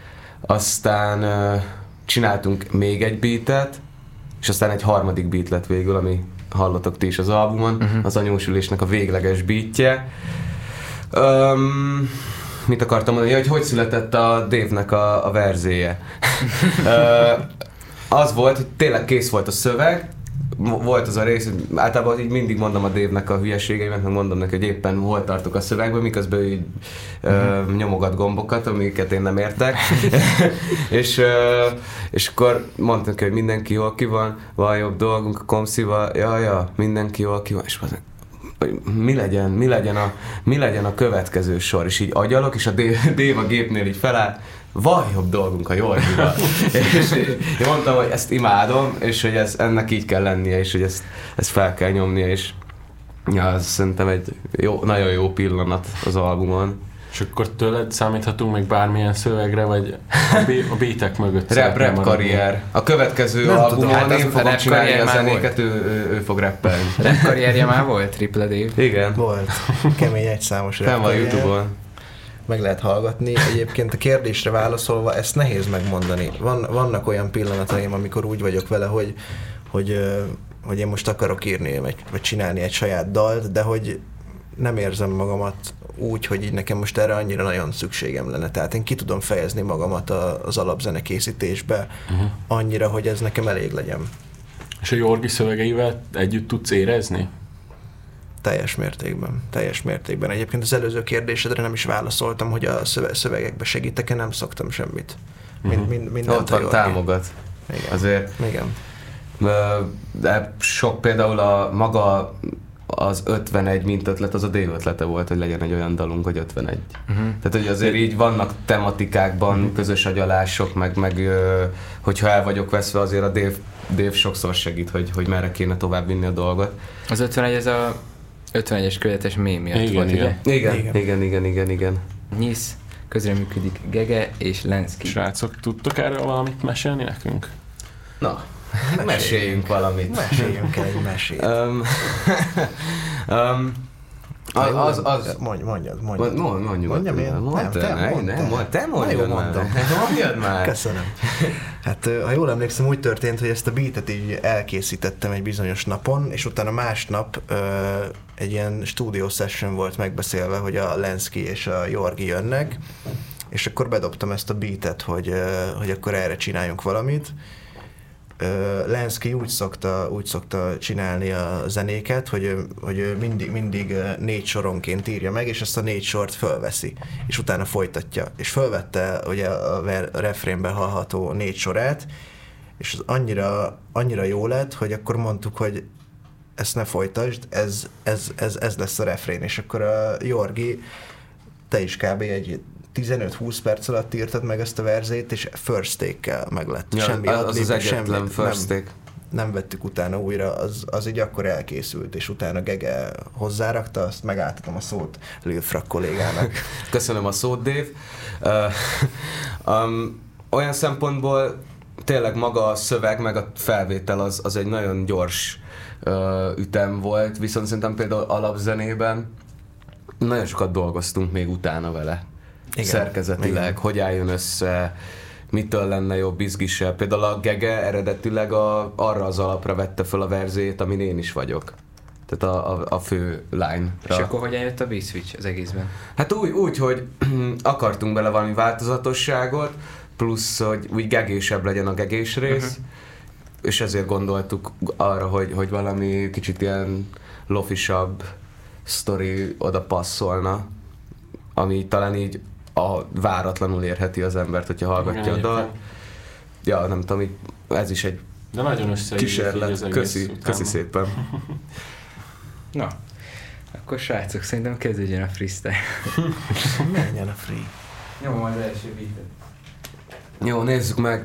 aztán uh, csináltunk még egy beatet, és aztán egy harmadik beat lett végül, ami hallotok ti is az albumon, uh-huh. az anyósülésnek a végleges beatje. Um, mit akartam mondani? Ja, hogy hogy született a Dave-nek a, a verzéje. uh, az volt, hogy tényleg kész volt a szöveg, volt az a rész, hogy általában így mindig mondom a Dave-nek a hülyeségeimet, meg mondom neki, hogy éppen hol tartok a szövegben, miközben így uh-huh. uh, nyomogat gombokat, amiket én nem értek. és, uh, és akkor mondtam neki, hogy mindenki jól ki van, van jobb dolgunk a Komszival, ja, ja, mindenki jól ki van, és mondom, mi legyen, mi legyen, a, mi legyen a következő sor, és így agyalok, és a Dave a gépnél így felállt, van jobb dolgunk a Jorgival. És én mondtam, hogy ezt imádom, és hogy ez, ennek így kell lennie, és hogy ezt, ezt fel kell nyomnia, és ja, ez szerintem egy jó, nagyon jó pillanat az albumon. És akkor tőled számíthatunk meg bármilyen szövegre, vagy a beatek mögött? Rap, rap karrier. A következő nem albumon hát én fogom csinálni a zenéket, ő, ő, ő fog rappelni. Rap karrierje már volt, Triple Dave? Igen. Volt. Kemény egyszámos rap karrier. Fenn van YouTube-on. Meg lehet hallgatni. Egyébként a kérdésre válaszolva, ezt nehéz megmondani. Van, vannak olyan pillanataim, amikor úgy vagyok vele, hogy, hogy, hogy én most akarok írni, vagy, vagy csinálni egy saját dalt, de hogy nem érzem magamat úgy, hogy így nekem most erre annyira nagyon szükségem lenne. Tehát én ki tudom fejezni magamat az alapzene készítésbe uh-huh. annyira, hogy ez nekem elég legyen. És a Jorgi szövegeivel együtt tudsz érezni? Teljes mértékben. Teljes mértékben. Egyébként az előző kérdésedre nem is válaszoltam, hogy a szövegekbe segítek-e, nem szoktam semmit. Mind, uh-huh. mind, mindent ott van, támogat. Igen. Azért. Igen. De sok például a maga az ötvenegy mint ötlet, az a Dave ötlete volt, hogy legyen egy olyan dalunk, hogy ötvenegy. Uh-huh. Tehát, hogy azért így vannak tematikákban uh-huh. közös agyalások, meg, meg hogyha el vagyok veszve, azért a Dave, Dave sokszor segít, hogy, hogy merre kéne tovább vinni a dolgot. Az ötvenegy, ez a ötvenegyes követes mém miatt igen, volt, igen. ugye? Igen, igen, igen, igen, igen, igen. Nyisz, közreműködik Gege és Lenszky. Srácok, tudtok erről valamit mesélni nekünk? Na, Meséljünk valamit. Meséljünk el egy mesét. um, um, az, az, az, Mondj, mondjad, mondjad. Mondj, mondj, Mondjam én? Nem, te, nem, mondd, nem, mondd, te mondjad jó, már. mondom. Mondjad már. Köszönöm. Hát ha jól emlékszem, úgy történt, hogy ezt a beatet így elkészítettem egy bizonyos napon, és utána másnap ö, egy ilyen studio session volt megbeszélve, hogy a Lenszky és a Jorgi jönnek, és akkor bedobtam ezt a beatet, hogy, ö, hogy akkor erre csináljunk valamit. Lenszky úgy szokta, úgy szokta csinálni a zenéket, hogy, hogy mindig, mindig négy soronként írja meg, és ezt a négy sort fölveszi, és utána folytatja. És fölvette ugye a refrénben hallható négy sorát, és az annyira, annyira jó lett, hogy akkor mondtuk, hogy ezt ne folytasd, ez, ez, ez, ez lesz a refrén. És akkor a Jorgi, te is kb. Egy tizenöt-húsz perc alatt írtad meg ezt a verzét, és first take-kel meg lett. Ja, semmi az, adlib, az egyetlen first take. Nem, nem vettük utána újra, az, az így akkor elkészült, és utána Gege hozzárakta, azt megáltatom a szót Lil Frak kollégának. Köszönöm a szót, Dave. Uh, um, olyan szempontból tényleg maga a szöveg, meg a felvétel az, az egy nagyon gyors uh, ütem volt, viszont szerintem például alapzenében nagyon sokat dolgoztunk még utána vele. Igen, szerkezetileg, igen. Hogy álljon össze, mitől lenne jobb, izgisebb. Például a Gege eredetileg a, arra az alapra vette fel a verzét, amin én is vagyok. Tehát a, a, a fő line-ra. És akkor hogyan jött a beat switch az egészben? Hát úgy, úgy hogy akartunk bele valami változatosságot, plusz, hogy úgy gegésebb legyen a gegés rész, uh-huh. és ezért gondoltuk arra, hogy, hogy valami kicsit ilyen lofisabb sztori oda passzolna, ami talán így a váratlanul érheti az embert, hogyha hallgatja a dal. Ja, nem tudom, így ez is egy de nagyon kísérlet. Köszi, köszi szépen. Na, akkor srácok, szerintem kezdődjön a freestyle. Menjen a free. Nyomom az első beatet. Jó, nézzük meg.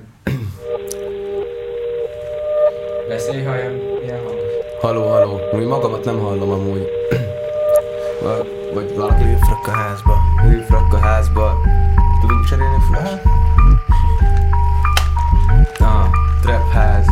Beszélj, ha ilyen, ilyen hangos. Haló, haló. Úgy magamat nem hallom amúgy. Vagy valaki... Lil Frak a házba. Lil Frak a házba. Tudunk cserélni flash? Ah, trap ház.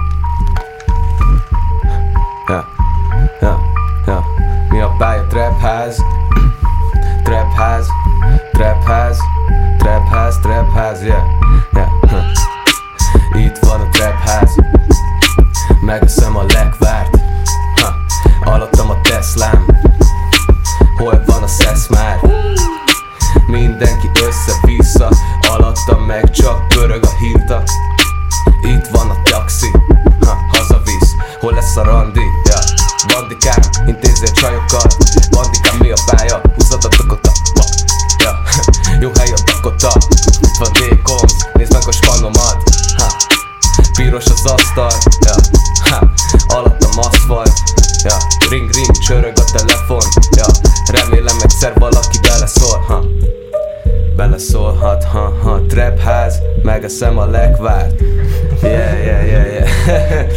Ja, ja, ja. Mi a pálya? Trap ház. Trap ház. Trap ház. Trap ház, trap ház, yeah. Yeah. Huh. Itt van a trap ház. Megeszem a legvárt. Ha. Alattam a Teslám. Hol van a szesz már? Mindenki össze-vissza. Alattam meg csak pörög a hinta. Itt van a taxi, ha, hazavisz. Hol lesz a randi? Ja. Bandikám, intézzél csajokkal. Bandikám, mi a pálya? Húzod a Dakota. Ja. Jó hely a Dakota. Itt van D-Coms, nézd meg a spanomat. Ha. Piros az asztal. Ja. Ha. Alattam aszfalt. Ja. Ring ring, csörög a telefon. Ja. Remélem egyszer valaki beleszól. Ha. Beleszólhat, ha, ha. Trap ház, megeszem a legvárt. Yeah, yeah, yeah, yeah.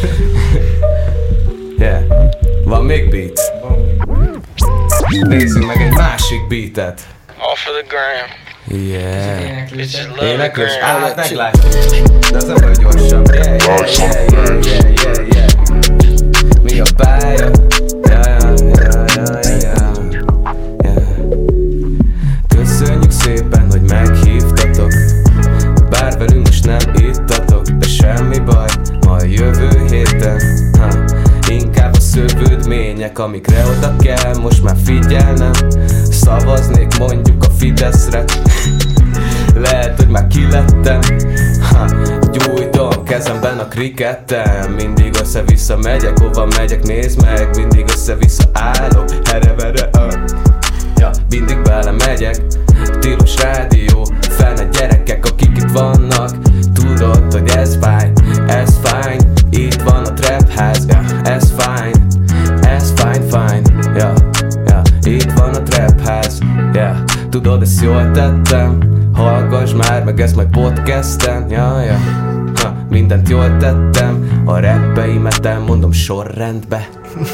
Yeah. Van még beat? Nézzünk meg egy másik beatet. Off of the gram. Yeah. It's just love the Éneklős? gram. Á, hát meglátjuk. De az nem olyan gyorsabb. Yeah, yeah, yeah, yeah, yeah, yeah, yeah. Mi a pálya? Ja, ja, ja, ja, ja, ja. Köszönjük szépen, hogy meghívtatok. Bár velünk most nem ittatok, de semmi baj, ma jövő héten ha. Inkább a szövődmények, amikre oda kell, most már figyelnem. Szavaznék mondjuk a Fideszre. Lehet, hogy már kilettem ha. Gyújtom kezemben a krikettem. Mindig össze-vissza megyek, hova megyek, nézd meg. Mindig össze-vissza állok, herevere uh. Ja, mindig bele megyek. Tilos rádió, felnőtt gyerekek, akik itt vannak. Tudod, hogy ez fáj, ez fájn. Itt van a trap ház, ja, ez fájn. Ez fájn, fájn, ja, ja. Itt van a trap ház, ja. Tudod, ezt jól tettem. Hallgass már, meg ezt majd podcasten, ja, ja. Ha, mindent jól tettem. A rappeimet elmondom sorrendbe.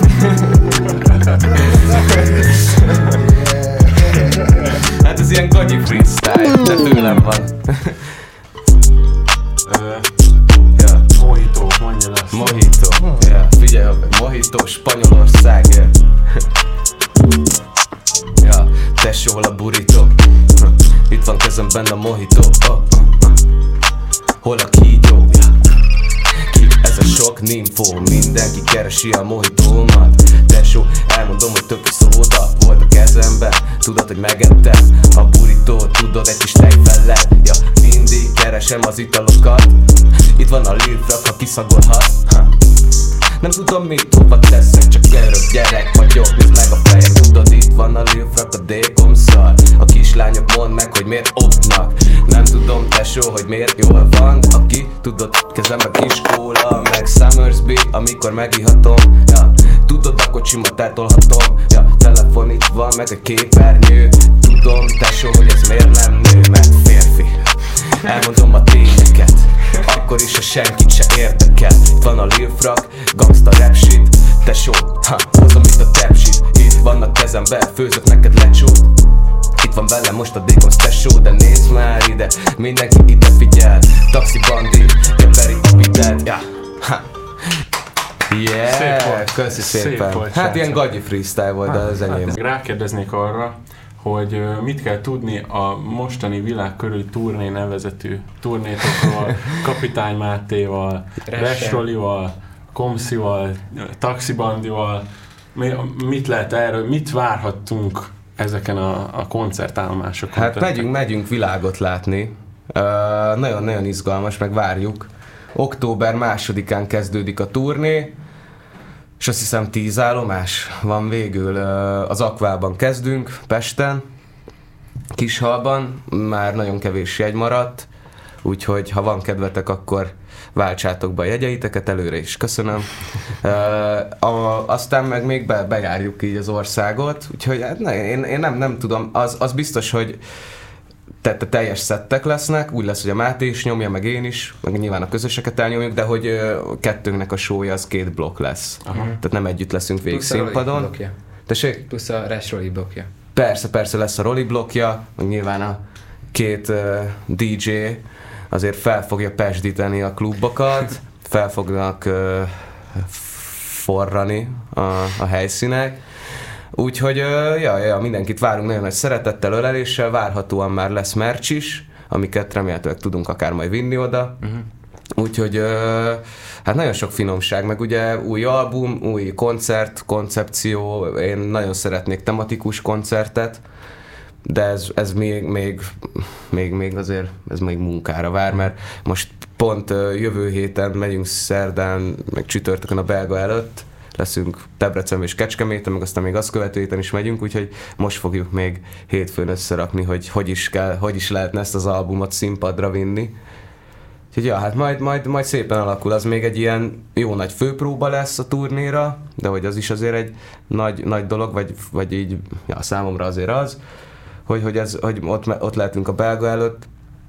Hát ez ilyen gagyi freestyle, de tőlem van. Mojito, mondja le. Mojito, yeah, figyelj, Mojito, Spanyolország, yeah. Ja, tesó a burrito, itt van kezemben a mojito, oh, oh, oh. Hol a kígyó, ki ez a sok ninfó, mindenki keresi a mojitómat. Tesó, elmondom, hogy több szóda volt a kezemben, tudod, hogy megettem a burritót, tudod, egy kis tejfellel, ja, mindig keresem az italokat. Itt van a Lil Frag, ha kiszagolhat, ha. Nem tudom, mit hova teszek, csak görög gyerek vagyok, nézd meg a fejem, tudod, itt van a Lil Frag, a D-komszal. A kislányok mondd meg, hogy miért opnak. Nem tudom, tesó, hogy miért jól van. Aki, tudod, kezemben kiskóla, meg Summersby, amikor megihatom, ja. Tudod, a kocsimat eltolhatom, ja. Telefon itt van, meg egy képernyő. Tudom, tesó, hogy ez miért nem nő, mert férfi. Elmondom a tényeket, akkor is, ha senkit se érdekel. Itt van a Lil Frag, gangsta rap shit. Tesó, ha, hozom itt a tapshit. Itt van a kezemben, főzök neked lecsót. Itt van velem most a D-komsz tesó, de nézd már ide, mindenki ide figyel. Taxi bandi, keperi apitelt, ja, ha. Yeah, Szép volt. köszi szépen. Szép volt, hát srácok. ilyen gagyi freestyle volt, de az enyém. Hát, rákérdeznék arra, hogy mit kell tudni a mostani világ körüli turné nevezetű turnétokról, Kapitány Mátéval, Resrolival, Komszival, Taxibandival. Mit lehet erről, mit várhattunk ezeken a, a koncertállomásokon? Hát megyünk, megyünk világot látni. Uh, nagyon-nagyon izgalmas, meg várjuk. Október másodikán kezdődik a turné, és azt hiszem tíz állomás van végül. Uh, az Aquában kezdünk, Pesten, Kishalban, már nagyon kevés jegy maradt, úgyhogy ha van kedvetek, akkor váltsátok be a jegyeiteket, előre is köszönöm. Uh, a, aztán meg még be, bejárjuk így az országot, úgyhogy hát ne, én, én nem, nem tudom, az, az biztos, hogy te, te teljes szettek lesznek, úgy lesz, hogy a Máté is nyomja, meg én is, meg nyilván a közöseket elnyomjuk, de hogy uh, kettőnknek a showja az két blokk lesz. Aha. Tehát nem együtt leszünk végig színpadon. Tessék? Plusz a Resroli blokkja. Persze, persze lesz a Roli blokkja, meg nyilván a két uh, dé dzsé azért fel fogja pesdíteni a klubokat, fel fognak uh, forrani a, a helyszínek. Úgyhogy uh, ja, ja, mindenkit várunk nagyon nagy szeretettel, öleléssel, várhatóan már lesz merch is, amiket remélhetőleg tudunk akár majd vinni oda. Uh-huh. Úgyhogy uh, hát nagyon sok finomság, meg ugye új album, új koncert, koncepció, én nagyon szeretnék tematikus koncertet, de ez, ez még, még, még, még azért ez még munkára vár, mert most pont uh, jövő héten megyünk szerdán, meg csütörtökön a belga előtt, leszünk Debrecenben és Kecskeméten, meg aztán még azt követő héten is megyünk, úgyhogy most fogjuk még hétfőn összerakni, hogy hogy is kell, hogy is lehetne ezt az albumot színpadra vinni. Úgyhogy ja, hát majd, majd, majd szépen alakul, az még egy ilyen jó nagy főpróba lesz a turnéra, de hogy az is azért egy nagy, nagy dolog, vagy, vagy így, ja, számomra azért az, hogy, hogy, ez, hogy ott, ott lehetünk a belga előtt.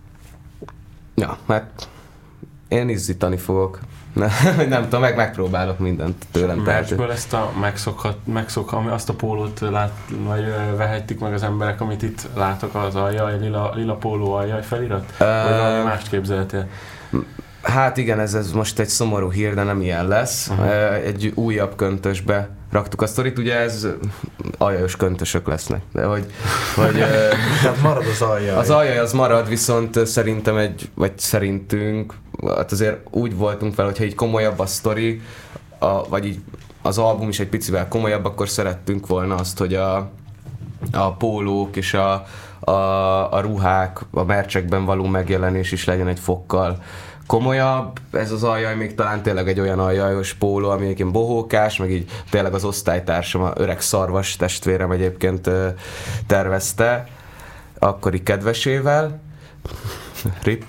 Ja, hát én izzítani fogok. Nem, nem tudom, meg megpróbálok mindent tőlem. Merchből ezt a megszokhat, megszokhat, azt a pólót lát, vagy vehettik meg az emberek, amit itt látok, az aljaj, lila, lila póló aljaj felirat? Uh, vagy valami mást képzeltél? Hát igen, ez, ez most egy szomorú hír, de nem ilyen lesz. Uh-huh. Egy újabb köntösbe raktuk a sztorit, ugye ez aljajos köntösök lesznek, de hogy... hogy tehát marad az aljaj. Az aljaj az marad, viszont szerintem egy, vagy szerintünk, hát azért úgy voltunk fel, hogyha így komolyabb a sztori, a, vagy így az album is egy picivel komolyabb, akkor szerettünk volna azt, hogy a, a pólók és a, a, a ruhák, a mercsekben való megjelenés is legyen egy fokkal komolyabb. Ez az aljaj még talán tényleg egy olyan aljajos póló, ami egyébként bohókás, meg így tényleg az osztálytársam, a öreg szarvas testvérem egyébként tervezte, akkori kedvesével. Rip.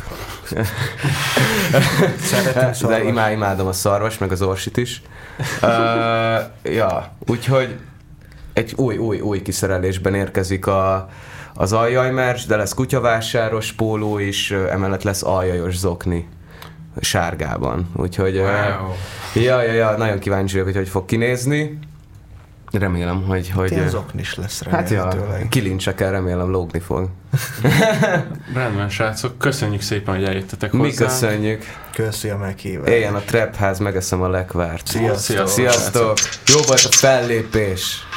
De imá, imádom a szarvas, meg az orsit is. Uh, ja, úgyhogy egy új, új, új kiszerelésben érkezik a, az aljaj merch, de lesz kutyavásáros póló is, emellett lesz aljajos zokni sárgában. Úgyhogy wow. uh, ja, ja, ja, nagyon kíváncsi vagyok, hogy hogy fog kinézni. remélem, hogy... hogy ilyen zoknis lesz hát ja, remélhetőleg. kilincsekkel remélem lógni fog. Rendben, srácok, köszönjük szépen, hogy eljöttetek Mi hozzánk. köszönjük. Köszi a meghívást. Éljen a Trap House, megeszem a lekvárt. Sziasztok. Sziasztok! Jó volt a fellépés!